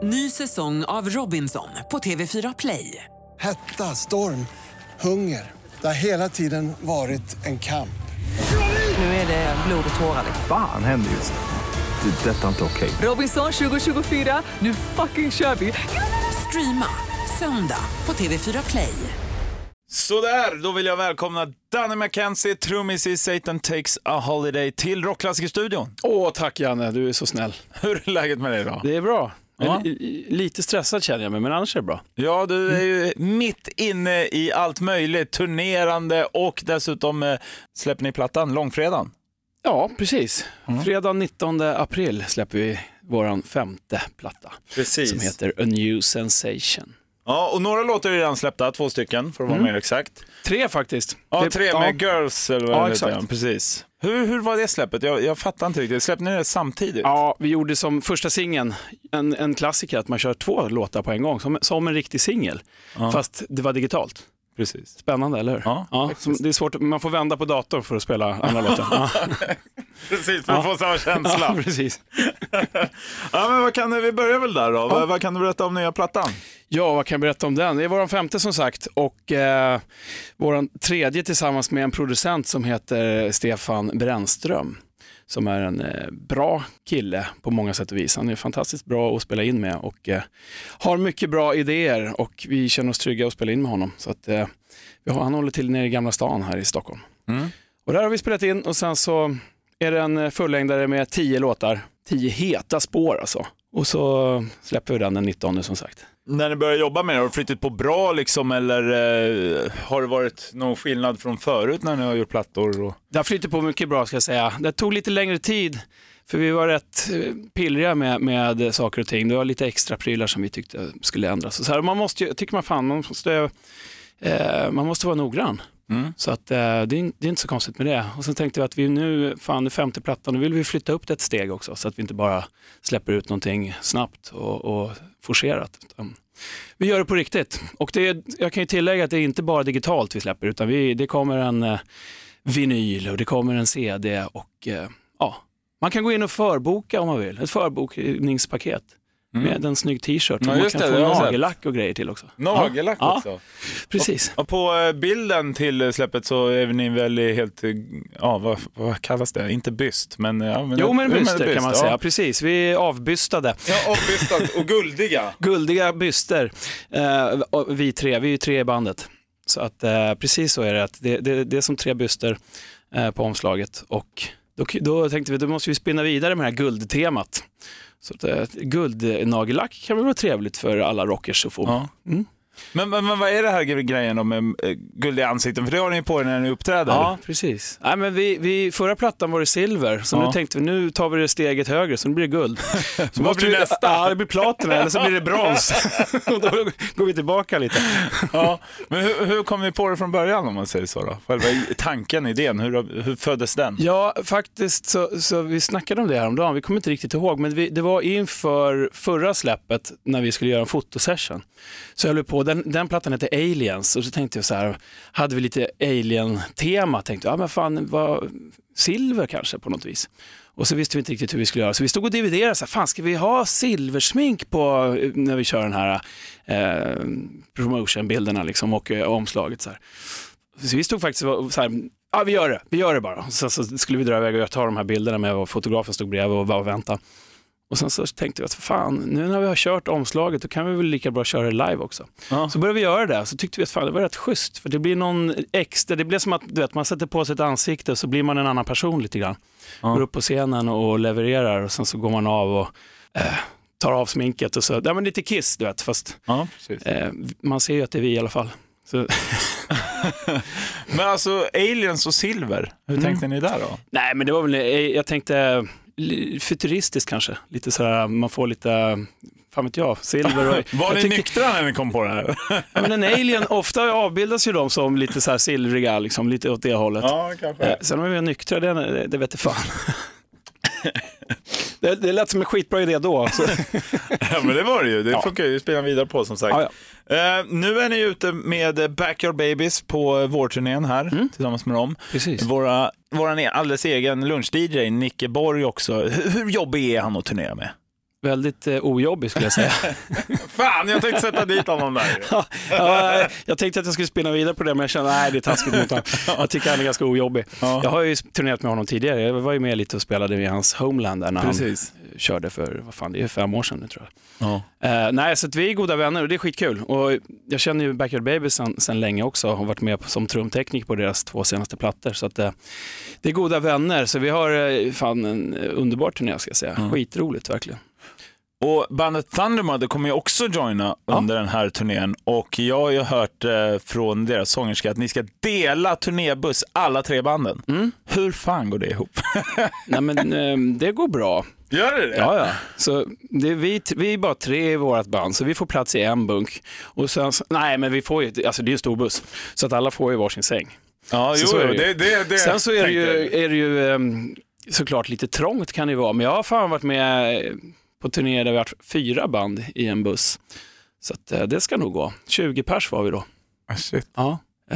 Ny säsong av Robinson på TV4 Play. Hetta, storm, hunger. Det har hela tiden varit en kamp. Nu är det blod och tårar. Fan händer just nu. Det. Detta är inte okej. Robinson 2024, nu fucking kör vi. Streama söndag på TV4 Play. Sådär, då vill jag välkomna Danny McKenzie, trummis i Satan Takes a Holiday till Rockklassikerstudion. Tack Janne, du är så snäll. Hur är läget med dig då? Det är bra. Ja. Lite stressad känner jag mig, men annars är det bra. Ja, du är ju mitt inne i allt möjligt, turnerande och dessutom släpper ni plattan långfredagen. Ja, precis. Fredag 19 april släpper vi våran 5:e platta. Precis. Som heter A New Sensation. Ja, och några låtar är redan släppta, 2 stycken för att vara mer exakt. 3 faktiskt. Ja, 3 med Girls eller vad det heter. Precis. Hur var det släppet? Jag fattar inte riktigt. Släppte ni det samtidigt? Ja, vi gjorde som första singeln en klassiker att man kör 2 låtar på en gång som en riktig singel. Fast det var digitalt. Precis. Spännande, eller hur? Ja, det är svårt, man får vända på datorn för att spela andra låtar. Ja. Precis, för att få samma känsla. Ja, precis. Ja, men vad kan vi börja väl där då? Vad kan du berätta om nya plattan? Ja, vad kan jag berätta om den? Det är våran 5:e som sagt och våran 3:e tillsammans med en producent som heter Stefan Brännström. Som är en bra kille på många sätt och vis. Han är fantastiskt bra att spela in med och har mycket bra idéer och vi känner oss trygga att spela in med honom. Så att, han håller till nere i Gamla stan här i Stockholm. Och där har vi spelat in och sen så är det en fullängdare med 10 låtar. 10 heta spår alltså. Och så släpper vi den 19 som sagt. När ni började jobba med det, har du flyttat på bra liksom, eller har det varit någon skillnad från förut när ni har gjort plattor? Och... Det har flyttat på mycket bra ska jag säga. Det tog lite längre tid för vi var rätt pillriga med saker och ting. Det var lite extra prylar som vi tyckte skulle ändras. Så här, man måste vara noggrann. Så att det är inte så konstigt med det. Och sen tänkte vi att vi nu, det 5:e plattan, nu vill vi flytta upp det ett steg också så att vi inte bara släpper ut någonting snabbt och forcerat. Vi gör det på riktigt. Och jag kan ju tillägga att det är inte bara digitalt vi släpper utan det kommer en vinyl och det kommer en CD och man kan gå in och förboka om man vill. Ett förbokningspaket. Med en snygg t-shirt. Ja, man kan få nagellack och grejer till också. Nagellack också? Ja, precis. Och på bilden till släppet så är ni väl helt, vad kallas det? Inte byst, men... men byster kan man säga. Precis, vi är avbystade. Ja, avbystade och guldiga. Guldiga byster. Vi är ju 3 i bandet. Så att precis så är det. Att det är som 3 byster på omslaget. Och då tänkte vi, då måste vi spinna vidare med det här guldtemat. Så att guldnagellack kan väl vara trevligt för alla rockers att få. Ja. Men vad är det här grejen om med guld i ansikten? För det har ni på när ni uppträder. Ja, precis. Nej, men förra plattan var det silver. Så nu tänkte vi, nu tar vi det steget högre så nu blir det guld. Så vad blir nästa? Ja, det blir platina eller så blir det brons. Och då går vi tillbaka lite. Ja, men hur kom ni på det från början om man säger så då? Själva tanken, idén, hur föddes den? Ja, faktiskt så vi snackade om det här om dagen. Vi kommer inte riktigt ihåg, men det var inför förra släppet när vi skulle göra en fotosession. Så jag höll på, den plattan heter Aliens och så tänkte jag så här, hade vi lite alien-tema, tänkte jag, men fan, vad silver kanske på något vis. Och så visste vi inte riktigt hur vi skulle göra. Så vi stod och dividerade så här, fan ska vi ha silversmink på när vi kör den här promotion-bilderna liksom och omslaget så här. Så vi stod faktiskt så här, vi gör det bara. Så skulle vi dra iväg och ta de här bilderna med och fotografen stod bredvid och bara vänta. Och sen så tänkte jag att fan, nu när vi har kört omslaget då kan vi väl lika bra köra det live också. Ja. Så började vi göra det. Så tyckte vi att fan, det var rätt schysst. För det blir någon extra, det blir som att man sätter på sig ett ansikte och så blir man en annan person lite grann. Går upp på scenen och levererar och sen så går man av och tar av sminket och så. Ja, men lite Kiss, du vet. Fast man ser ju att det är vi i alla fall. Så. Men alltså, aliens och silver, hur tänkte ni där då? Nej, men det var väl, jag tänkte futuristiskt kanske. Lite sådär, man får lite, fan vet jag, silver. Och, var ni nyktra när ni kom på det här? Ja, men en alien, ofta avbildas ju de som lite så här silvriga, liksom, lite åt det hållet. Ja, kanske. Sen om vi är nyktra, det vet jag fan. Det lät som en skitbra idé då. Så. Ja, men det var det ju. Det funkar ju spela vidare på som sagt. Ja. Nu är ni ute med Backyard Babies på vårturnén här tillsammans med dem. Precis. Våran alldeles egen lunch-DJ, Nicke Borg också. Hur jobbig är han att turnera med? väldigt ojobbig skulle jag säga. Fan, jag tänkte sätta dit honom där. Jag tänkte att jag skulle spinna vidare på det, men jag kände nej, det är taskigt mot honom. Jag tycker han är ganska ojobbig. Jag har ju turnerat med honom tidigare. Jag var ju med lite och spelade i hans Homeland där när han körde för, det är 5 år sedan nu tror jag. Nej, så att vi är goda vänner och det är skitkul. Och jag känner ju Backyard Babies sen länge också och har varit med som trumtekniker på deras 2 senaste plattor. Så att det är goda vänner. Så vi har fan en underbar turné ska jag säga. Skitroligt verkligen. Och bandet Thundermother kommer ju också joina under den här turnén. Och jag har ju hört från deras sångerska att ni ska dela turnébuss alla 3 banden. Hur fan går det ihop? Nej men det går bra. Gör det? Ja. Så vi är bara 3 i vårt band, så vi får plats i en bunk. Och sen, nej men vi får ju, alltså det är en stor buss, så att alla får ju varsin säng. Ja, så det sen så är det ju såklart lite trångt kan det vara, men jag har fan varit med på turné där vi har varit 4 band i en buss. Så att det ska nog gå. 20 pers var vi då. Shit. Ja.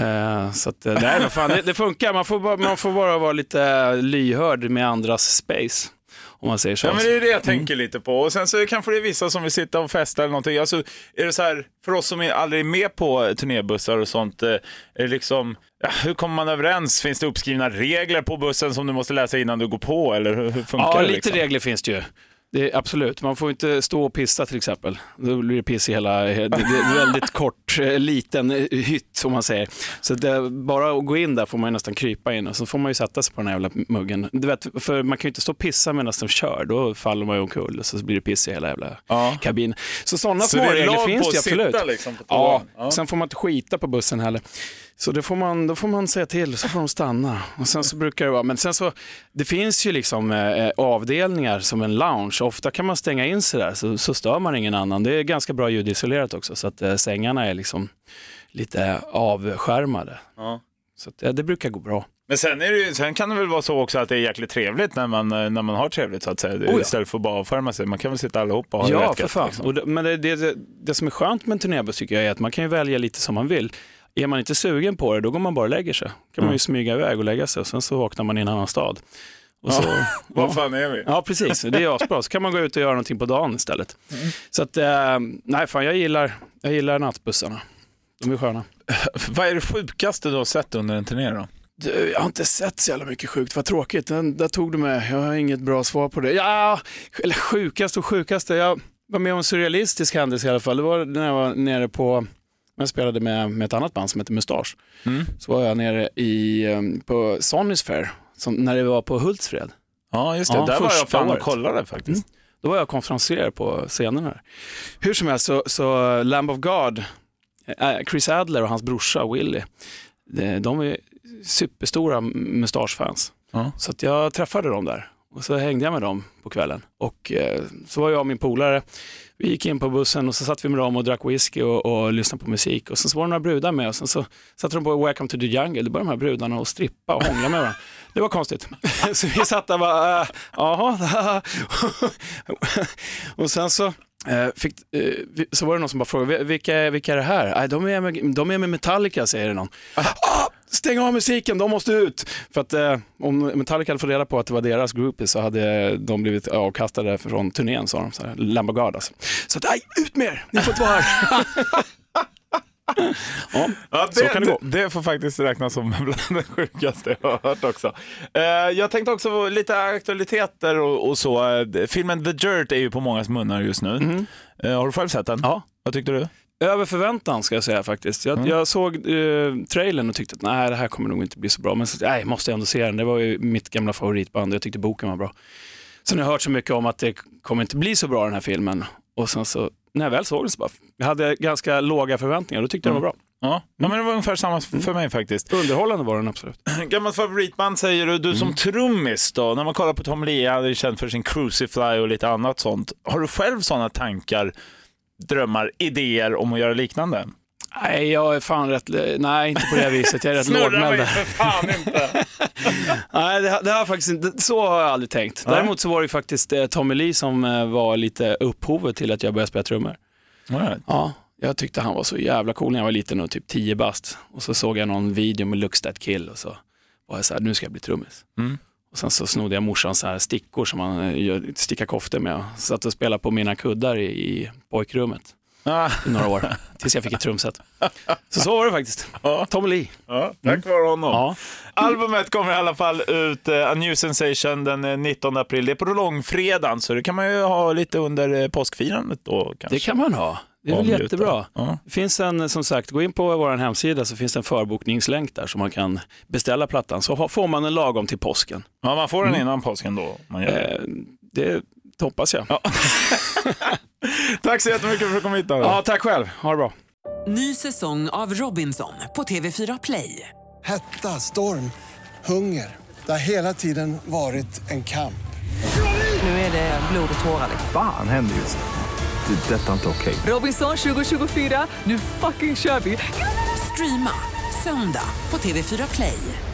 Så att nej, fan, det funkar. Man får bara vara lite lyhörd med andras space. Om man säger så. Ja, men det är det jag tänker lite på. Och sen så kanske det är vissa som vill sitta och festa eller någonting. Alltså, är det så här, för oss som är aldrig med på turnébussar och sånt, är det liksom, hur kommer man överens? Finns det uppskrivna regler på bussen som du måste läsa innan du går på? Eller hur funkar det? Ja, liksom? lite regler finns det ju. Det är absolut. Man får inte stå och pissa till exempel. Då blir det piss i hela... Det är väldigt kort, liten hytt som man säger. Så det, bara att gå in där får man nästan krypa in och så får man ju sätta sig på den här jävla muggen. Du vet, för man kan ju inte stå och pissa medan de kör. Då faller man ju omkull och så blir det piss i hela jävla kabin. Så sådana små regler finns det absolut. Sitta, liksom, på ja, sen får man inte skita på bussen heller. Så då får man säga till, så får de stanna. Och sen så brukar det vara, men sen så, det finns ju liksom avdelningar som en lounge. Ofta kan man stänga in sig där så stör man ingen annan. Det är ganska bra ljudisolerat också, så att sängarna är liksom lite avskärmade. Ja. Så att, det brukar gå bra. Men sen kan det väl vara så också att det är jäkligt trevligt när man har trevligt så att säga. Istället för att bara avskärma sig. Man kan väl sitta allihopa och ha det rätt för fan. Liksom. Men det som är skönt med en turnébuss tycker jag är att man kan ju välja lite som man vill. Är man inte sugen på det, då går man bara och lägger sig. Kan man ju smyga iväg och lägga sig och sen så vaknar man i en annan stad. Och så, vad fan är vi? Ja, precis. Det är asbra. Så kan man gå ut och göra någonting på dagen istället. Så att, nej fan, jag gillar nattbussarna. De är sköna. Vad är det sjukaste du har sett under en turné då? Jag har inte sett så jävla mycket sjukt. Vad tråkigt. Där tog du med. Jag har inget bra svar på det. Ja, eller sjukaste. Jag var med om en surrealistisk händelse i alla fall. Det var när jag var nere på... Jag spelade med ett annat band som heter Mustasch. Så var jag nere på Sonny's Fair, när det var på Hultsfred. Ja, just det. Där var jag fan och kollade faktiskt. Då var jag konferenser på scenen här. Hur som helst så Lamb of God, Chris Adler och hans brorsa Willie, de är superstora Mustasch-fans. Så att jag träffade dem där. Och så hängde jag med dem på kvällen. Och så var jag och min polare. Vi gick in på bussen och så satt vi med dem och drack whisky och lyssnade på musik. Och sen så var det några brudar med oss. Och så satt de på Welcome to the Jungle. Det började de här brudarna och strippa och hångla med varandra. Det var konstigt. Så vi satt där och bara, jaha. Och sen så... så var det någon som bara frågade, vilka är det här? Nej, de är med Metallica, säger det någon. Stäng av musiken, de måste ut. För att om Metallica hade fått reda på att det var deras groupies så hade de blivit avkastade från turnén, sa de. Så här, Lamb of God alltså. Så att, ut med er, ni får inte vara här. Ja, så kan det gå. Det får faktiskt räknas som bland det sjukaste jag har hört också. Jag tänkte också lite aktualiteter och så. Filmen The Dirt är ju på mångas munnar just nu. Har du själv sett den? Ja. Vad tyckte du? Över förväntan ska jag säga faktiskt. Jag såg trailern och tyckte att nej, det här kommer nog inte bli så bra. Men så, måste jag ändå se den. Det var ju mitt gamla favoritband och jag tyckte boken var bra. Sen har jag hört så mycket om att det kommer inte bli så bra den här filmen. Och sen så, när jag väl såg den så bara, jag hade ganska låga förväntningar. Då tyckte jag den var bra. Ja, men det var ungefär samma för mig faktiskt. Underhållande var den absolut. Gammalt favoritband säger du som trummis då. När man kollar på Tom Lee, han är känd för sin Crucify och lite annat sånt. Har du själv sådana tankar, drömmar, idéer om att göra liknande? Nej, jag är fan rätt... Nej, inte på det viset. Jag är rätt lågmäld där. För fan inte. Nej, det har faktiskt inte... Så har jag aldrig tänkt. Däremot så var det faktiskt Tommy Lee som var lite upphovet till att jag började spela trummor. Right. Ja, jag tyckte han var så jävla cool när jag var liten och typ 10 bast. Och så såg jag någon video med Looks That Kill och så var jag så här, nu ska jag bli trummis. Och sen så snodde jag morsans så här stickor som man stickar koftor med. Satt och spelade på mina kuddar i pojkrummet i några år. Tills jag fick ett trumset. Så var det faktiskt. Tommy Lee. Ja, tack vare honom. Ja. Albumet kommer i alla fall ut, A New Sensation, den 19 april. Det är på långfredagen, så det kan man ju ha lite under påskfirandet då kanske. Det kan man ha. Det är väl jättebra. Ja. Det finns som sagt, gå in på vår hemsida så finns det en förbokningslänk där så man kan beställa plattan. Så får man en lagom till påsken. Ja, man får den innan påsken då. Man gör det hoppas jag. Ja. Tack så jättemycket för att du kom hit. Ja, tack själv. Ha det bra. Ny säsong av Robinson på TV4 Play. Hetta, storm, hunger. Det har hela tiden varit en kamp. Nu är det blod och tårar. Fan händer just det. Det är detta inte okej. Robinson 2024, nu fucking kör vi! Streama söndag på TV4 Play.